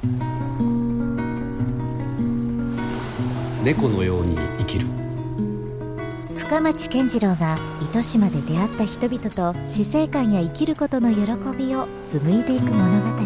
猫のように生きる。 深町健次郎が糸島で出会った人々と死生観や生きることの喜びを紡いでいく物語。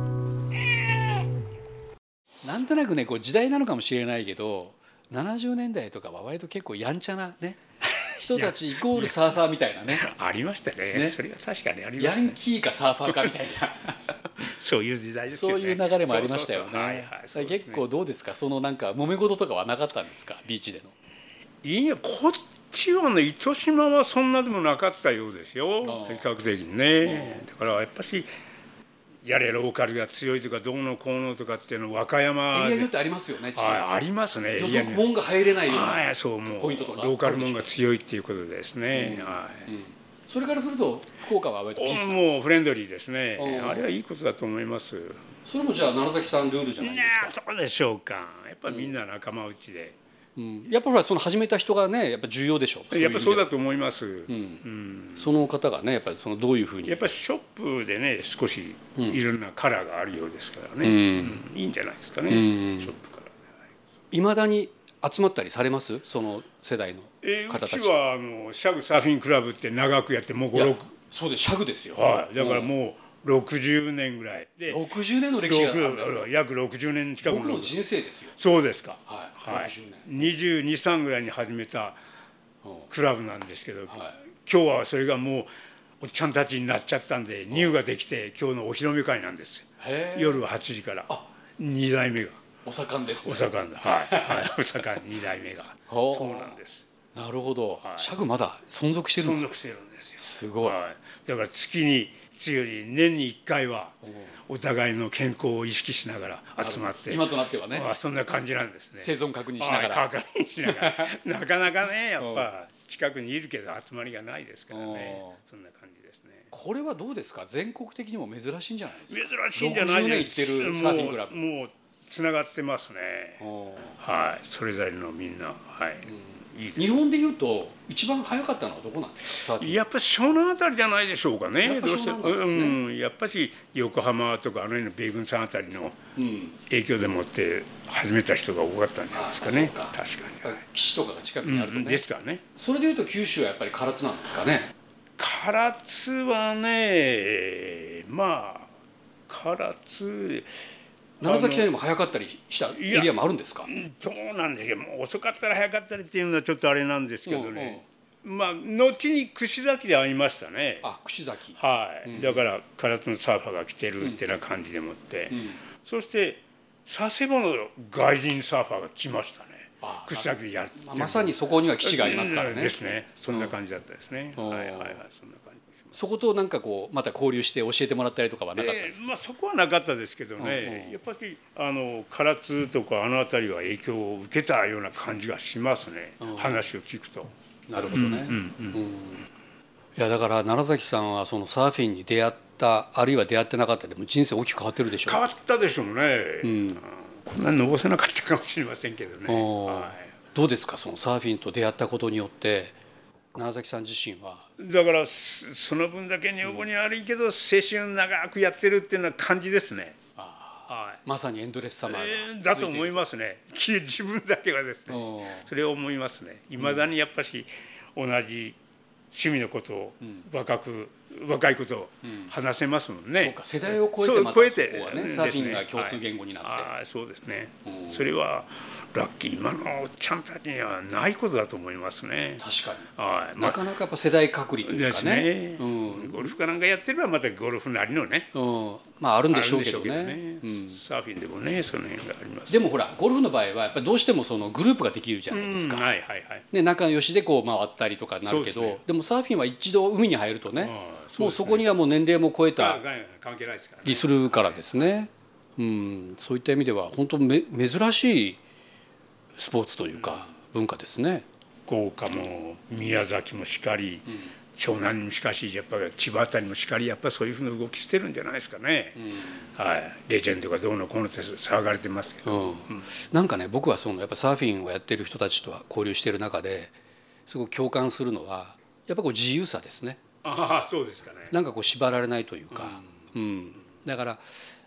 なんとなくね、こう時代なのかもしれないけど、70年代とかは割と結構やんちゃなね人たちイコールサーファーみたいなねありました ね。それは確かにありました、 ヤンキーかサーファーかみたいなそういう時代ですよね。 そういう流れもありましたよね。結構どうですか、そのなんか揉め事とかはなかったんですか、ビーチでの。 いや、こっちはね、糸島はそんなでもなかったようですよ、比較的にね。だからやっぱしやれローカルが強いとかどうのこうのとかっていうのは和歌山エリアによってありますよね。 ありますね。 予測門が入れないようなそうもうポイントとかローカル門が強いっていうことですね。 それからすると福岡は割とピースなんですか。 もうフレンドリーですね。あれはいいことだと思います。 それもじゃあ楢崎さんルールじゃないですか。 そうでしょうか。やっぱりみんな仲間内で、 やっぱりその始めた人がねやっぱ重要でしょう。 やっぱそうだと思います。 その方がねやっぱりそのどういうふうにやっぱりショップでね少しいろんなカラーがあるようですからね、いいんじゃないですかね、ショップから。 いまだに集まったりされます、その世代の方たち。 うちはシャグサーフィンクラブって長くやってもう5、6。 そうです、シャグですよ。 だからもう60年ぐらいで、 60年の歴史があるんですか。 約60年近く。 僕の人生ですよ。 そうですか。 60年。 22、3ぐらいに始めたクラブなんですけど、今日はそれがもうおっちゃんたちになっちゃったんで、ニューができて今日のお披露目会なんですよ。夜8時から2代目がお盛んですね。 お盛んだ。お盛ん2代目がそうなんです。 なるほど。シャグまだ存続してるんです。 存続してるんですよ。 すごい。 だから月により年に1回はお互いの健康を意識しながら集まって、 今となってはね、 そんな感じなんですね。 生存確認しながら。 確認しながらなかなかね、やっぱ近くにいるけど集まりがないですからね。そんな感じですね。 これはどうですか、全国的にも珍しいんじゃないですか。 珍しいんじゃないですか。60年行ってるサーフィンクラブ。 もうつながってますね。それぞれのみんな。いいです。 日本でいうと一番早かったのはどこなんですか。 やっぱり湘南あたりじゃないでしょうかね。 やっぱ湘南なんですね。 やっぱり横浜とか辺の米軍さんあたりの影響でもって始めた人が多かったんじゃないですかね。確かに。 基地とかが近くにあるとね。 ですからね。 それでいうと九州はやっぱり唐津なんですかね。 唐津はね、唐津長崎よりも早かったりしたエリアもあるんですか。 そうなんですけど、遅かったら早かったりっていうのはちょっとあれなんですけどね。後に串崎でありましたね。 串崎。 だから唐津のサーファーが来てるってな感じでもって、そして佐世保の外人サーファーが来ましたね。串崎でやって、 まさにそこには基地がありますからね。 ですね。そんな感じだったですね。そんな感じ。 そことなんかこうまた交流して教えてもらったりとかはなかったですか。 そこはなかったですけどね、やっぱり唐津とか辺りは影響を受けたような感じがしますね、話を聞くと。 なるほどね。いやだから楢崎さんはそのサーフィンに出会ったあるいは出会ってなかったでも人生大きく変わってるでしょう。 変わったでしょうね。こんなにのぼせなかったかもしれませんけどね。 どうですか、そのサーフィンと出会ったことによって楢崎さん自身は。 だからその分だけ女房に悪いけど青春長くやってるっていうような感じですね。 まさにエンドレスサマーだと思いますね。自分だけはですね、それを思いますね。いまだにやっぱし同じ趣味のことを若いことを話せますもんね。 そうか、世代を超えてまたそこはね、サーフィンが共通言語になって。 そうですね。それはラッキー、今のおっちゃんたちにはないことだと思いますね。 確かに。なかなかやっぱ世代隔離というかね。 ゴルフかなんかやってればまたゴルフなりのね。 あるんでしょうけどね。 サーフィンでもね、その辺があります。 でもほらゴルフの場合はやっぱりどうしてもそのグループができるじゃないですか。仲良しでこう回ったりとかなるけど、でもサーフィンは一度海に入るとね、もうそこにはもう年齢も超えたりするからですね。そういった意味では本当珍しいスポーツというか文化ですね。 福岡も宮崎もしかり、湘南にもしかし、やっぱり千葉あたりもしかり、やっぱりそういうふうな動きしてるんじゃないですかね。レジェンドがどうのこうのって騒がれてますけど、 なんかね、僕はそのやっぱサーフィンをやってる人たちとは交流してる中ですごく共感するのはやっぱこう自由さですね。 そうですかね。 なんかこう縛られないというか、だから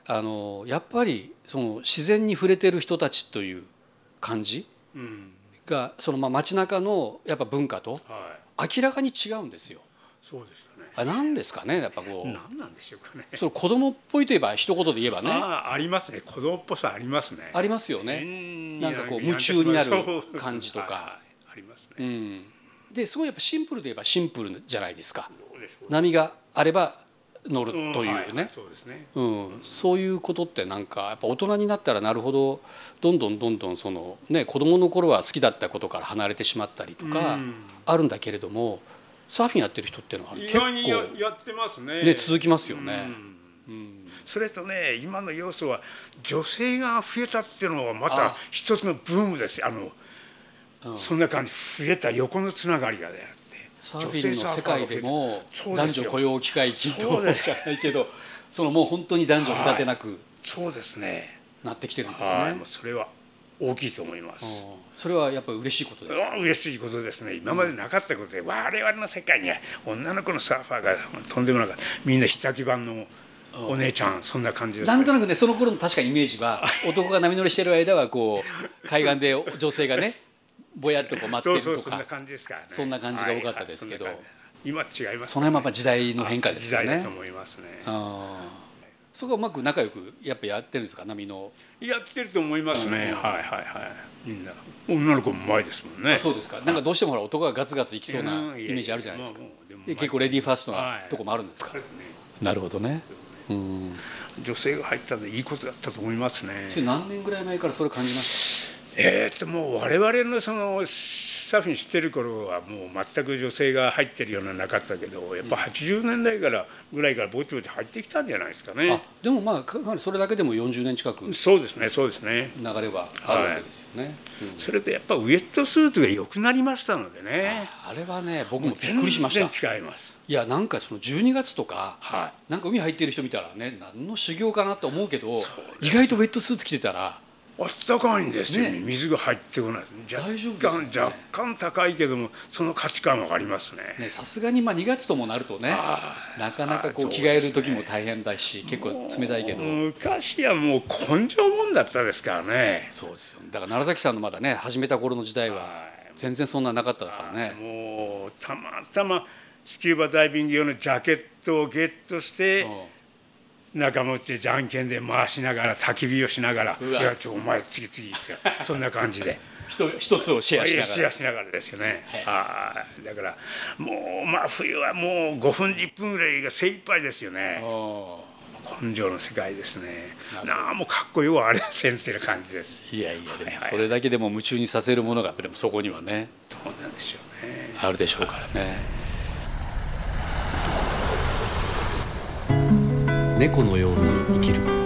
やっぱりその自然に触れてる人たちという感じが、その街中のやっぱ文化と明らかに違うんですよ。 そうですよね。 何ですかね、やっぱこう。 何なんでしょうかね。 その子供っぽいといえば一言で言えばね。 ありますね。子供っぽさありますね。 ありますよね。なんかこう夢中になる感じとか。 ありますね。 ですごいやっぱシンプルで言えばシンプルじゃないですか。波があれば乗るというね。そういうことってなんかやっぱ大人になったらなるほどどんどんそのね、子供の頃は好きだったことから離れてしまったりとかあるんだけれども、サーフィンやってる人っていうのは結構やってますね。 続きますよね。 それとね、今の要素は女性が増えたっていうのはまた一つのブームですよ。そんな感じ、増えた横のつながりがね。 サーフィンの世界でも男女雇用機会均等じゃないけど、そのもう本当に男女隔てなくそうですね、 なってきてるんですね。 それは大きいと思います。 それはやっぱり嬉しいことですか。 嬉しいことですね。今までなかったことで、我々の世界には女の子のサーファーがとんでもなかった。みんなひたき版のお姉ちゃん、そんな感じです。 なんとなくね、その頃の確かイメージは男が波乗りしてる間はこう海岸で女性がねぼやっとこう待ってるとか、 そんな感じですからね。 そんな感じが多かったですけど、 今違います。 その辺もやっぱ時代の変化ですよね。 時代だと思いますね。 そこはうまく仲良くやっぱやってるんですか、波の。 やってると思いますね。みんな女の子もうまいですもんね。 そうですか。なんかどうしてもほら男がガツガツいきそうなイメージあるじゃないですか。結構レディーファーストなとこもあるんですか。なるほどね。 女性が入ったんでいいことだったと思いますね。 それ何年ぐらい前からそれ感じました？ もう我々のそのサーフィンしてる頃はもう全く女性が入ってるようななかったけど、やっぱ80年代からぐらいからぼちぼち入ってきたんじゃないですかね。 でもかなりそれだけでも40年近くそうですね流れはあるわけですよね。 それでやっぱウエットスーツが良くなりましたのでね。 あれはね、僕もびっくりしました。 全然違います。 いや、なんかその12月とか、なんか海入ってる人見たらね、何の修行かなと思うけど、意外とウエットスーツ着てたらあったかいんですよね。水が入ってこない。 大丈夫ですね。 若干高いけどもその価値観はありますね。 さすがに2月ともなるとね、なかなかこう着替える時も大変だし、結構冷たいけど、 昔はもう根性もんだったですからね。 そうですよ。だから楢崎さんのまだね始めた頃の時代は全然そんななかったからね。 もうたまたまスキューバダイビング用のジャケットをゲットして仲間内でじゃんけんで回しながら焚き火をしながら「いやお前次々」ってそんな感じで一つをシェアしながら。 シェアしながらですよね。だからもう冬はもう5分10分ぐらいが精一杯ですよね。根性の世界ですね。もうかっこよくあれせんってる感じです。 いやでもそれだけでも夢中にさせるものがでもそこにはね、 どうなんでしょうね、 あるでしょうからね。 猫のように生きる。